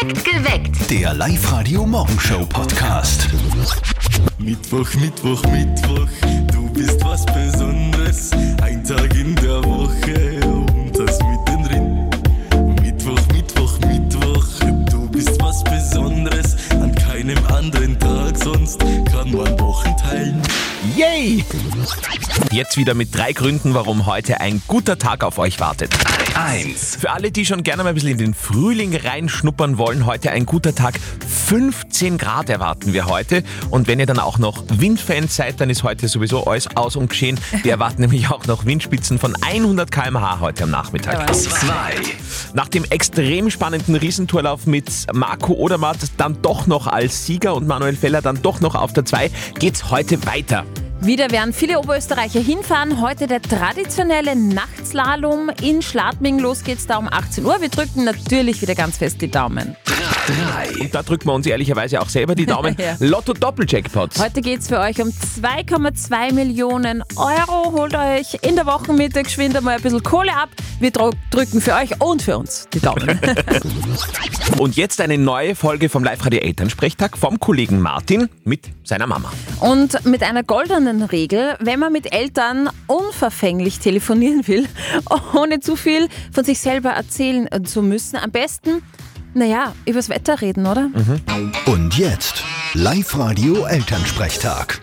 Geweckt. Der Live-Radio-Morgenshow-Podcast. Mittwoch, Mittwoch, Mittwoch, du bist was Besonderes. Ein Tag in der Woche und das mittendrin. Mittwoch, Mittwoch, Mittwoch, du bist was Besonderes. An keinem anderen Tag sonst kann man Wochen teilen. Yay! Jetzt wieder mit 3 Gründen, warum heute ein guter Tag auf euch wartet. 1. Für alle, die schon gerne mal ein bisschen in den Frühling reinschnuppern wollen, heute ein guter Tag. 15 Grad erwarten wir heute. Und wenn ihr dann auch noch Windfans seid, dann ist heute sowieso alles aus und geschehen. Wir erwarten nämlich auch noch Windspitzen von 100 km/h heute am Nachmittag. 2. Nach dem extrem spannenden Riesentourlauf mit Marco Odermatt dann doch noch als Sieger und Manuel Feller dann doch noch auf der 2, geht's heute weiter. Wieder werden viele Oberösterreicher hinfahren. Heute der traditionelle Nachtslalom in Schladming. Los geht's da um 18 Uhr. Wir drücken natürlich wieder ganz fest die Daumen. 3. Und da drücken wir uns ehrlicherweise auch selber die Daumen. Ja. Lotto-Doppel-Jackpots. Heute geht's für euch um 2,2 Millionen Euro. Holt euch in der Wochenmitte geschwind einmal ein bisschen Kohle ab. Wir drücken für euch und für uns die Daumen. Und jetzt eine neue Folge vom Live-Radio Elternsprechtag vom Kollegen Martin mit seiner Mama. Und mit einer goldenen Regel, wenn man mit Eltern unverfänglich telefonieren will, ohne zu viel von sich selber erzählen zu müssen, am besten, übers Wetter reden, oder? Und jetzt Live-Radio Elternsprechtag.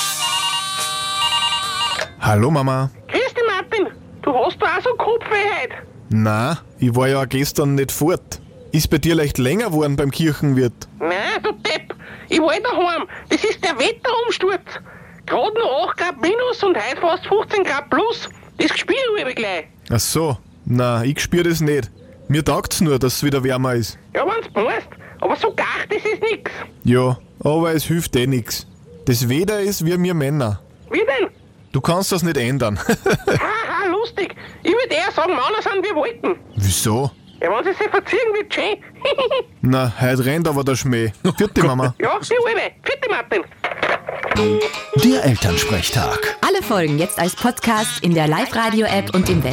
Hallo Mama. Grüß dich, Martin. Du hast da auch so Kopfweh heute. Na, ich war ja gestern nicht fort. Ist bei dir leicht länger geworden beim Kirchenwirt? Nein, du Depp. Ich war daheim. Das ist der Wetterumsturz. Gerade noch 8 Grad minus und heute fast 15 Grad plus. Das spüre ich gleich. Ach so, na, ich spür das nicht. Mir taugt's nur, dass es wieder wärmer ist. Ja, wenn's meinst. Aber so gar, das ist nix. Ja, aber es hilft eh nix. Das Wetter ist wie wir Männer. Wie denn? Du kannst das nicht ändern. Haha, lustig. Ich würde eher sagen, Männer sind wie Wolken. Wieso? Ja, wenn sie sich verziehen, wird schön. Na, heute rennt aber der Schmäh. Vierte Mama. Ja, die Albe. Vierte Martin. Der Elternsprechtag. Alle Folgen jetzt als Podcast in der Live-Radio-App und im Web.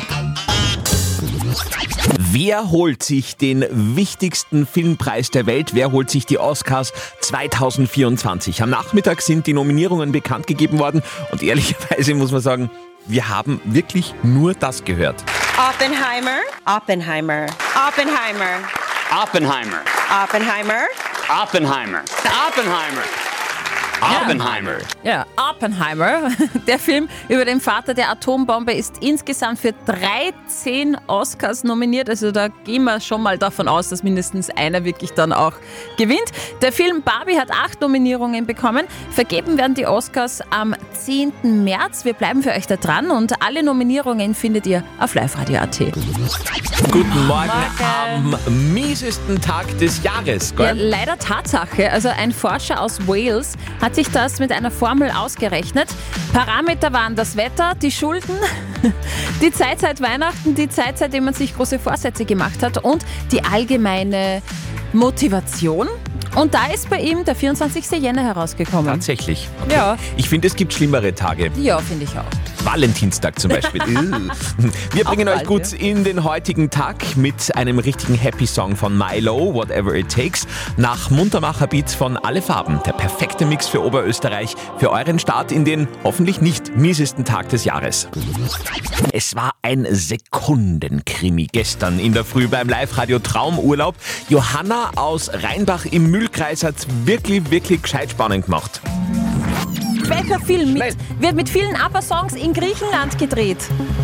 Wer holt sich den wichtigsten Filmpreis der Welt? Wer holt sich die Oscars 2024? Am Nachmittag sind die Nominierungen bekannt gegeben worden und ehrlicherweise muss man sagen, wir haben wirklich nur das gehört. Oppenheimer, Oppenheimer, Oppenheimer, Oppenheimer. Oppenheimer, Oppenheimer. Oppenheimer. Oppenheimer. Ja, Oppenheimer, der Film über den Vater der Atombombe, ist insgesamt für 13 Oscars nominiert. Also da gehen wir schon mal davon aus, dass mindestens einer wirklich dann auch gewinnt. Der Film Barbie hat 8 Nominierungen bekommen. Vergeben werden die Oscars am 10. März. Wir bleiben für euch da dran und alle Nominierungen findet ihr auf liveradio.at. Guten Morgen am miesesten Tag des Jahres, Ja, gell? leider Tatsache. Also ein Forscher aus Wales hat sich das mit einer Formel ausgerechnet. Parameter waren das Wetter, die Schulden, die Zeit seit Weihnachten, die Zeit, seitdem man sich große Vorsätze gemacht hat und die allgemeine Motivation. Und da ist bei ihm der 24. Jänner herausgekommen. Tatsächlich. Okay. Ja. Ich finde, es gibt schlimmere Tage. Ja, finde ich auch. Valentinstag zum Beispiel. Wir bringen Auch euch bald, gut in den heutigen Tag mit einem richtigen Happy-Song von Milo, Whatever It Takes, nach Muntermacher-Beats von Alle Farben. Der perfekte Mix für Oberösterreich, für euren Start in den hoffentlich nicht miesesten Tag des Jahres. Es war ein Sekundenkrimi gestern in der Früh beim Live-Radio Traumurlaub. Johanna aus Rheinbach im Mühlkreis hat es wirklich, wirklich gescheit spannend gemacht. Welcher Film wird mit vielen ABBA-Songs in Griechenland gedreht?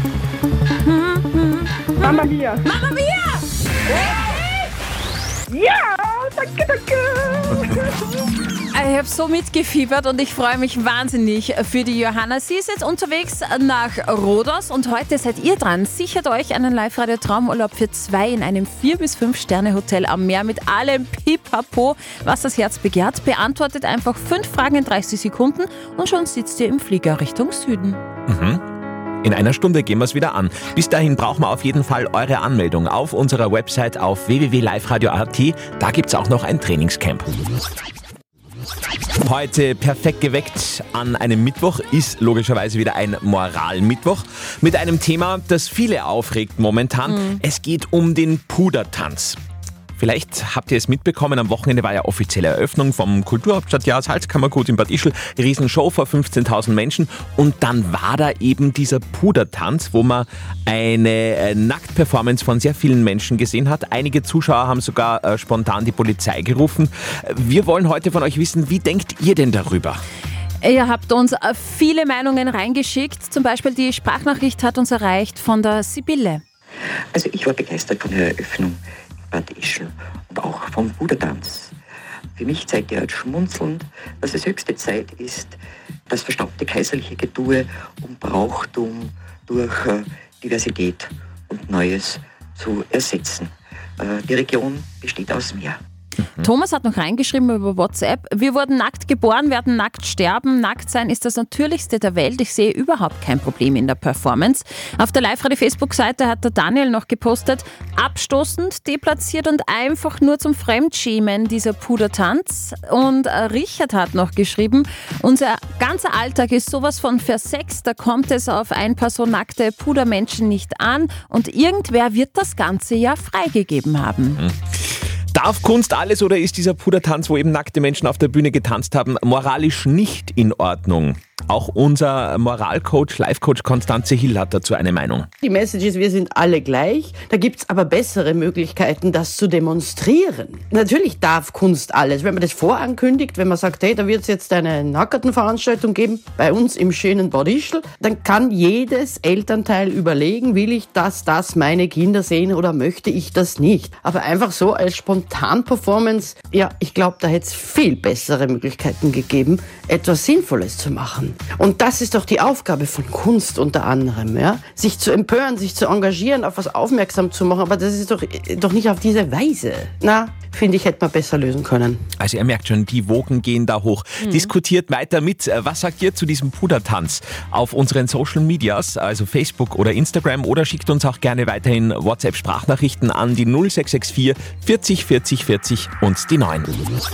Mama Mia. Mamma Mia! Ja, danke, danke. Ich habe so mitgefiebert und ich freue mich wahnsinnig für die Johanna. Sie ist jetzt unterwegs nach Rhodos und heute seid ihr dran. Sichert euch einen Live-Radio-Traumurlaub für 2 in einem 4- bis 5-Sterne-Hotel am Meer mit allem Pipapo, was das Herz begehrt. Beantwortet einfach 5 Fragen in 30 Sekunden und schon sitzt ihr im Flieger Richtung Süden. In einer Stunde gehen wir es wieder an. Bis dahin brauchen wir auf jeden Fall eure Anmeldung auf unserer Website auf www.liveradio.at. Da gibt es auch noch ein Trainingscamp. Heute perfekt geweckt an einem Mittwoch ist logischerweise wieder ein Moralmittwoch mit einem Thema, das viele aufregt momentan. Es geht um den Pudertanz. Vielleicht habt ihr es mitbekommen, am Wochenende war ja offizielle Eröffnung vom Kulturhauptstadtjahr Salzkammergut in Bad Ischl. Riesenshow vor 15.000 Menschen. Und dann war da eben dieser Pudertanz, wo man eine Nacktperformance von sehr vielen Menschen gesehen hat. Einige Zuschauer haben sogar spontan die Polizei gerufen. Wir wollen heute von euch wissen, wie denkt ihr denn darüber? Ihr habt uns viele Meinungen reingeschickt. Zum Beispiel die Sprachnachricht hat uns erreicht von der Sibylle. Also ich war begeistert von der Eröffnung in Bad Ischl und auch vom Pudertanz. Für mich zeigt er halt schmunzelnd, dass es höchste Zeit ist, das verstaubte kaiserliche Getue und Brauchtum durch Diversität und Neues zu ersetzen. Die Region besteht aus Meer. Thomas hat noch reingeschrieben über WhatsApp: Wir wurden nackt geboren, werden nackt sterben. Nackt sein ist das Natürlichste der Welt. Ich sehe überhaupt kein Problem in der Performance. Auf der Live-Radio-Facebook-Seite hat der Daniel noch gepostet: abstoßend, deplatziert und einfach nur zum Fremdschämen, dieser Pudertanz. Und Richard hat noch geschrieben: Unser ganzer Alltag ist sowas von versext, da kommt es auf ein paar so nackte Pudermenschen nicht an und irgendwer wird das Ganze ja freigegeben haben. Darf Kunst alles oder ist dieser Pudertanz, wo eben nackte Menschen auf der Bühne getanzt haben, moralisch nicht in Ordnung? Auch unser Moralcoach, Life-Coach Konstanze Hill hat dazu eine Meinung. Die Message ist, wir sind alle gleich. Da gibt es aber bessere Möglichkeiten, das zu demonstrieren. Natürlich darf Kunst alles. Wenn man das vorankündigt, wenn man sagt, hey, da wird es jetzt eine Nackertenveranstaltung geben, bei uns im schönen Bad Ischl, dann kann jedes Elternteil überlegen, will ich, dass das meine Kinder sehen oder möchte ich das nicht. Aber einfach so als Spontan-Performance, ja, ich glaube, da hätte es viel bessere Möglichkeiten gegeben, etwas Sinnvolles zu machen. Und das ist doch die Aufgabe von Kunst unter anderem, ja? Sich zu empören, sich zu engagieren, auf was aufmerksam zu machen, aber das ist doch nicht auf diese Weise. Na, finde ich, hätte man besser lösen können. Also ihr merkt schon, die Wogen gehen da hoch. Diskutiert weiter mit. Was sagt ihr zu diesem Pudertanz auf unseren Social Medias, also Facebook oder Instagram, oder schickt uns auch gerne weiterhin WhatsApp-Sprachnachrichten an die 0664 40 40 40 und die 9.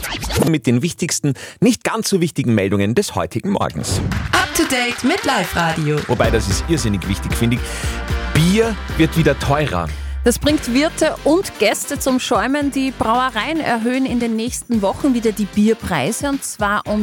Mit den wichtigsten, nicht ganz so wichtigen Meldungen des heutigen Morgens. Up to date mit Live-Radio. Wobei, das ist irrsinnig wichtig, finde ich. Bier wird wieder teurer. Das bringt Wirte und Gäste zum Schäumen. Die Brauereien erhöhen in den nächsten Wochen wieder die Bierpreise, und zwar um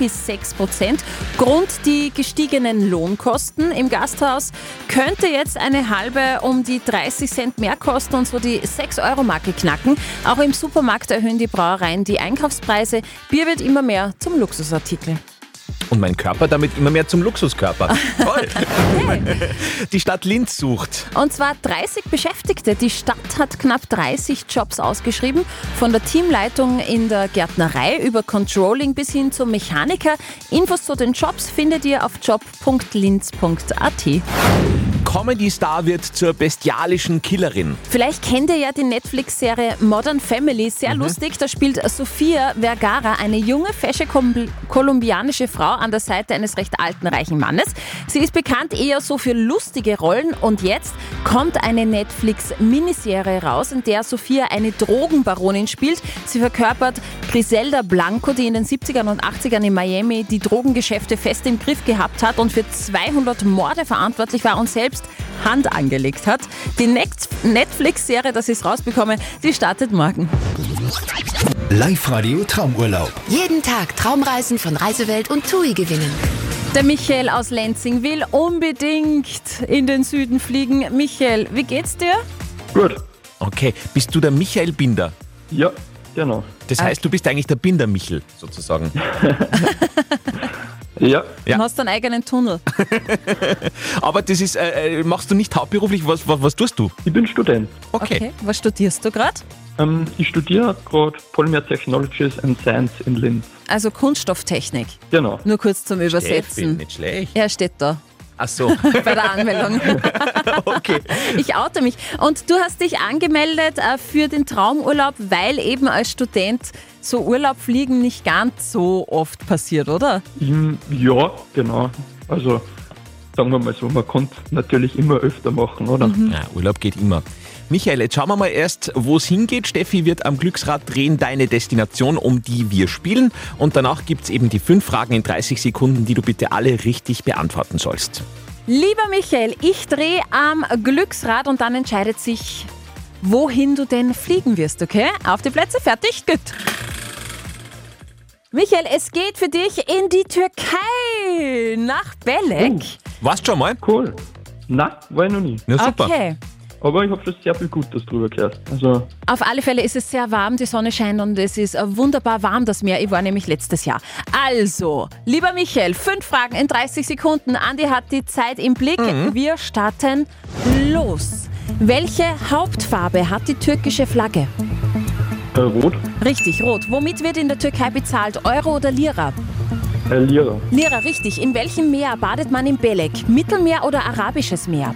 3-6%. Grund die gestiegenen Lohnkosten. Im Gasthaus könnte jetzt eine halbe um die 30 Cent mehr kosten und so die 6-Euro-Marke knacken. Auch im Supermarkt erhöhen die Brauereien die Einkaufspreise. Bier wird immer mehr zum Luxusartikel. Und mein Körper damit immer mehr zum Luxuskörper. Toll! Okay. Die Stadt Linz sucht. Und zwar 30 Beschäftigte. Die Stadt hat knapp 30 Jobs ausgeschrieben. Von der Teamleitung in der Gärtnerei über Controlling bis hin zum Mechaniker. Infos zu den Jobs findet ihr auf job.linz.at. Comedy-Star wird zur bestialischen Killerin. Vielleicht kennt ihr ja die Netflix-Serie Modern Family. Sehr lustig. Da spielt Sofia Vergara, eine junge, fesche kolumbianische Frau an der Seite eines recht alten, reichen Mannes. Sie ist bekannt eher so für lustige Rollen, und jetzt kommt eine Netflix-Miniserie raus, in der Sofia eine Drogenbaronin spielt. Sie verkörpert Griselda Blanco, die in den 70ern und 80ern in Miami die Drogengeschäfte fest im Griff gehabt hat und für 200 Morde verantwortlich war und selbst Hand angelegt hat. Die Netflix-Serie, das ich rausbekomme, die startet morgen. Live-Radio Traumurlaub. Jeden Tag Traumreisen von Reisewelt und TUI gewinnen. Der Michael aus Lenzing will unbedingt in den Süden fliegen. Michael, wie geht's dir? Gut. Okay, bist du der Michael Binder? Ja, genau. Das heißt, du bist eigentlich der Binder-Michel, sozusagen. Ja. Du hast einen eigenen Tunnel. Aber das ist, machst du nicht hauptberuflich, was tust du? Ich bin Student. Okay. Was studierst du gerade? Ich studiere gerade Polymer Technologies and Science in Linz. Also Kunststofftechnik. Genau. Nur kurz zum Übersetzen. Steffi, nicht schlecht. Er steht da. Ach so. Bei der Anmeldung. Okay. Ich oute mich. Und du hast dich angemeldet für den Traumurlaub, weil eben als Student so Urlaub fliegen nicht ganz so oft passiert, oder? Ja, genau. Also sagen wir mal so, man kann natürlich immer öfter machen, oder? Ja, Urlaub geht immer. Michael, jetzt schauen wir mal erst, wo es hingeht. Steffi wird am Glücksrad drehen, deine Destination, um die wir spielen. Und danach gibt es eben die 5 Fragen in 30 Sekunden, die du bitte alle richtig beantworten sollst. Lieber Michael, ich drehe am Glücksrad und dann entscheidet sich wohin du denn fliegen wirst, okay? Auf die Plätze, fertig, gut. Michael, es geht für dich in die Türkei, nach Belek. Warst schon mal? Cool. Na, war ich noch nie. Ja, super. Okay. Aber ich habe schon sehr viel Gutes drüber gehört. Also, Auf alle Fälle ist es sehr warm, die Sonne scheint und es ist wunderbar warm, das Meer. Ich war nämlich letztes Jahr. Also, lieber Michael, 5 Fragen in 30 Sekunden. Andi hat die Zeit im Blick. Wir starten los. Welche Hauptfarbe hat die türkische Flagge? rot. Richtig, rot. Womit wird in der Türkei bezahlt? Euro oder Lira? Lira. Lira, richtig. In welchem Meer badet man in Belek? Mittelmeer oder Arabisches Meer?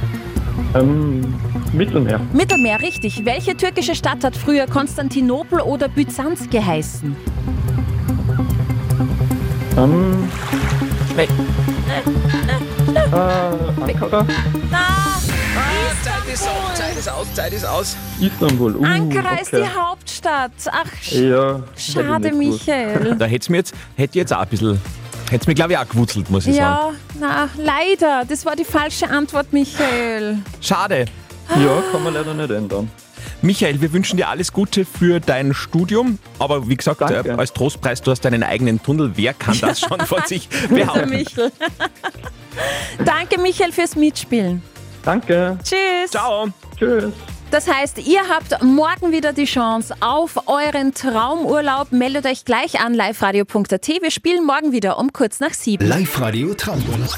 Mittelmeer. Mittelmeer, richtig. Welche türkische Stadt hat früher Konstantinopel oder Byzanz geheißen? Ankara. Zeit ist aus. Istanbul. Ankara ist die Hauptstadt. Ach, Ja. schade, Michael. Da hätte jetzt auch ein bisschen, hätte mir glaube ich auch gewurzelt, muss ich sagen. Ja, na, leider. Das war die falsche Antwort, Michael. Schade. Ja, kann man leider nicht ändern. Michael, wir wünschen dir alles Gute für dein Studium. Aber wie gesagt, Danke. als Trostpreis, du hast deinen eigenen Tunnel. Wer kann das schon von sich behaupten? Michael. Danke, Michael, fürs Mitspielen. Danke. Tschüss. Ciao. Tschüss. Das heißt, ihr habt morgen wieder die Chance auf euren Traumurlaub. Meldet euch gleich an liveradio.at. Wir spielen morgen wieder um kurz nach 7. Live-Radio Traumurlaub.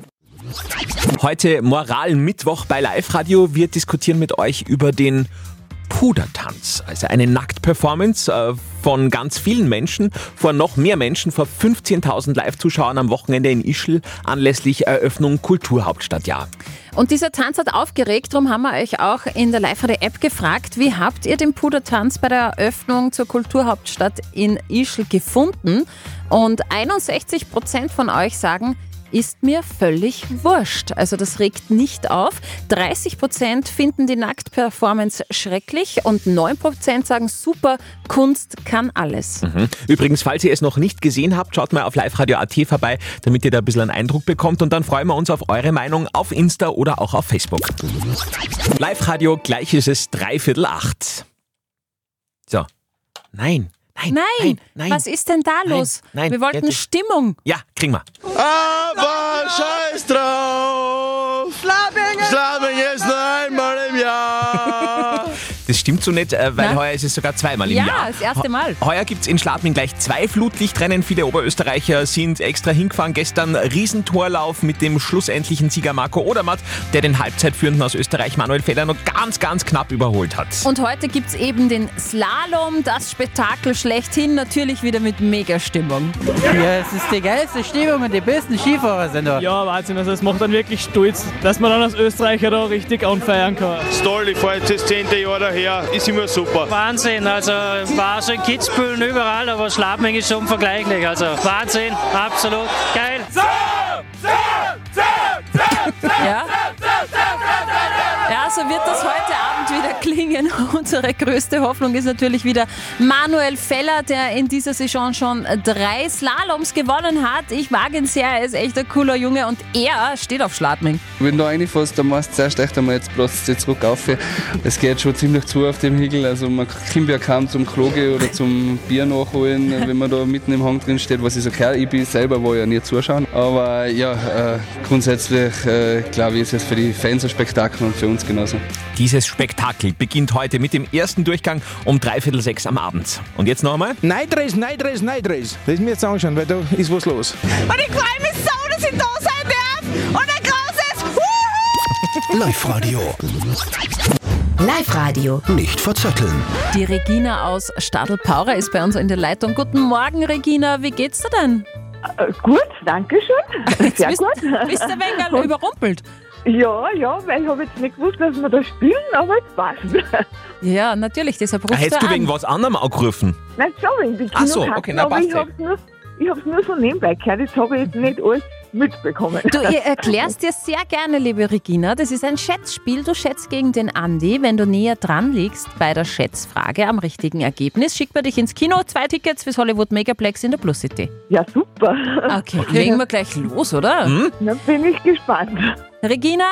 Heute Moral-Mittwoch bei Live-Radio. Wir diskutieren mit euch über den Pudertanz, also eine Nackt-Performance von ganz vielen Menschen, vor noch mehr Menschen, vor 15.000 Live-Zuschauern am Wochenende in Ischl anlässlich Eröffnung Kulturhauptstadtjahr. Und dieser Tanz hat aufgeregt, darum haben wir euch auch in der Live-Radio-App gefragt, wie habt ihr den Pudertanz bei der Eröffnung zur Kulturhauptstadt in Ischl gefunden? Und 61% von euch sagen, ist mir völlig wurscht. Also das regt nicht auf. 30% finden die Nackt-Performance schrecklich und 9% sagen, super, Kunst kann alles. Übrigens, falls ihr es noch nicht gesehen habt, schaut mal auf liveradio.at vorbei, damit ihr da ein bisschen einen Eindruck bekommt und dann freuen wir uns auf eure Meinung auf Insta oder auch auf Facebook. Live-Radio, gleich ist es 7:45. So. Nein. Nein. Was ist denn da los? Nein, wir wollten jetzt. Stimmung. Ja, kriegen wir. Aber scheiß drauf! Schlabing ist nur einmal im Jahr! Das stimmt so nicht, weil heuer ist es sogar zweimal im Jahr. Ja, das erste Mal. Heuer gibt es in Schladming gleich 2 Flutlichtrennen. Viele Oberösterreicher sind extra hingefahren. Gestern Riesentorlauf mit dem schlussendlichen Sieger Marco Odermatt, der den Halbzeitführenden aus Österreich Manuel Feller noch ganz knapp überholt hat. Und heute gibt es eben den Slalom, das Spektakel schlechthin, natürlich wieder mit Mega-Stimmung. Ja, es ist die geilste Stimmung und die besten Skifahrer sind da. Ja, Wahnsinn, also es macht dann wirklich stolz, dass man dann als Österreicher da richtig anfeiern kann. Das ist toll, ich fahre jetzt das 10. Jahr daher, ist immer super. Wahnsinn, also war schon in Kitzbühel überall, aber Schladming ist schon unvergleichlich. Also Wahnsinn, absolut geil. Ja, so wird das heute Abend wieder klingen. Unsere größte Hoffnung ist natürlich wieder Manuel Feller, der in dieser Saison schon 3 Slaloms gewonnen hat. Ich mag ihn sehr, er ist echt ein cooler Junge und er steht auf Schladming. Wenn du reinfährst, dann machst du zuerst echt einmal, jetzt platzt es zurück auf. Es geht schon ziemlich zu auf dem Hügel, also man kommt ja kaum zum Kloge oder zum Bier nachholen, wenn man da mitten im Hang drin steht, was ich so klar, ich bin selber war ja nie zuschauen. Aber ja, grundsätzlich glaube ich, ist es für die Fans ein Spektakel und für uns genauso. Dieses Spektakel beginnt heute mit dem ersten Durchgang um 5:45 am Abend. Und jetzt noch einmal? Night Race. Das müssen wir jetzt anschauen, weil da ist was los. Und ich freue mich so, dass ich da sein darf. Und ein großes Live-Radio. Live-Radio. Nicht verzetteln. Die Regina aus Stadl-Paurer ist bei uns in der Leitung. Guten Morgen, Regina, wie geht's dir denn? Gut, danke schön. Sehr gut. Bist du ein wenig überrumpelt? Ja, weil ich habe jetzt nicht gewusst, dass wir da spielen, aber jetzt passt. Ja, natürlich, deshalb rufst Hättest du du an. wegen was anderem angerufen? Nein, schon wegen die Ach so, Kinokarten, okay, na, aber passt ich habe es nur so nebenbei gehört, jetzt habe ich jetzt nicht alles mitbekommen. Du erklärst dir sehr gerne, liebe Regina, das ist ein Schätzspiel. Du schätzt gegen den Andi. Wenn du näher dran liegst bei der Schätzfrage am richtigen Ergebnis, schickt man dich ins Kino. 2 Tickets fürs Hollywood Megaplex in der Plus City. Ja, super. Okay, legen wir gleich los, oder? Dann bin ich gespannt. Regina,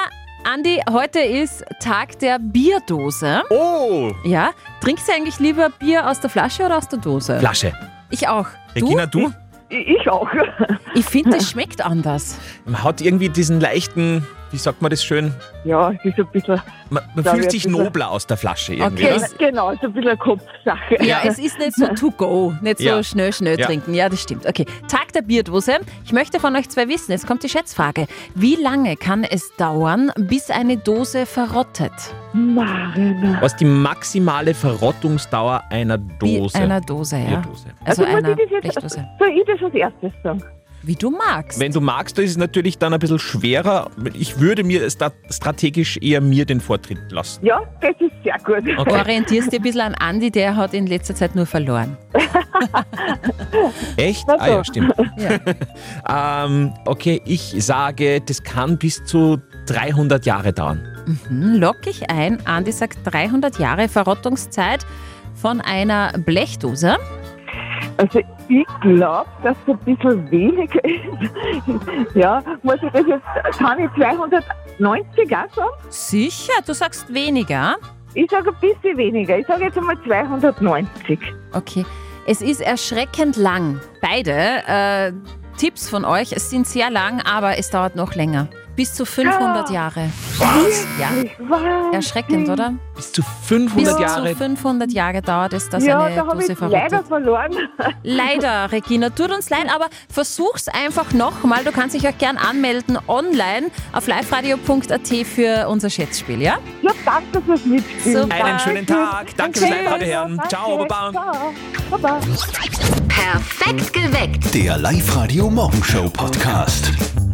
Andi, heute ist Tag der Bierdose. Oh! Ja, trinkst du eigentlich lieber Bier aus der Flasche oder aus der Dose? Flasche. Ich auch. Regina, du? Ich auch. Ich finde, das schmeckt anders. Man hat irgendwie diesen leichten, wie sagt man das schön? Ja, es ist ein bisschen... Man fühlt sich nobler aus der Flasche irgendwie, Okay. oder? Genau, es ist ein bisschen eine Kopfsache. Ja, es ist nicht so to go, nicht so Ja. schnell Ja. trinken. Ja, das stimmt. Okay, Tag der Bierdose. Ich möchte von euch zwei wissen, jetzt kommt die Schätzfrage. Wie lange kann es dauern, bis eine Dose verrottet? Marina. Was ist die maximale Verrottungsdauer einer Dose? Einer Dose, ja. Bierdose. Also muss einer ich das jetzt, Blechdose. soll ich das als erstes sagen? Wie du magst. Wenn du magst, ist es natürlich dann ein bisschen schwerer. Ich würde mir strategisch eher mir den Vortritt lassen. Ja, das ist sehr gut. Du orientierst dich ein bisschen an Andi, der hat in letzter Zeit nur verloren. Echt? Na so. Ah ja, stimmt. Okay, ich sage, das kann bis zu 300 Jahre dauern. Lock ich ein. Andi sagt 300 Jahre Verrottungszeit von einer Blechdose. Also ich glaube, dass es ein bisschen weniger ist. Ja, muss ich das jetzt, kann ich 290 auch sagen? Sicher, du sagst weniger. Ich sage ein bisschen weniger. Ich sage jetzt einmal 290. Okay, es ist erschreckend lang. Beide Tipps von euch, es sind sehr lang, aber es dauert noch länger. Bis zu 500 Jahre. Was? Ja. Erschreckend, oder? Bis zu 500 Jahre? Bis zu 500 Jahre dauert es, dass Ja, eine da habe Dose ich verrottet. leider verloren. Leider, Regina, tut uns leid, aber versuch's einfach nochmal. Du kannst dich auch gern anmelden online auf liveradio.at für unser Schätzspiel, ja? Ja, danke fürs Mitspielen. Super. Einen schönen Tag. Danke fürs Live-Radio hören. Ciao, Baba. Ciao. Baba. Perfekt geweckt. Der Live-Radio Morgenshow Podcast.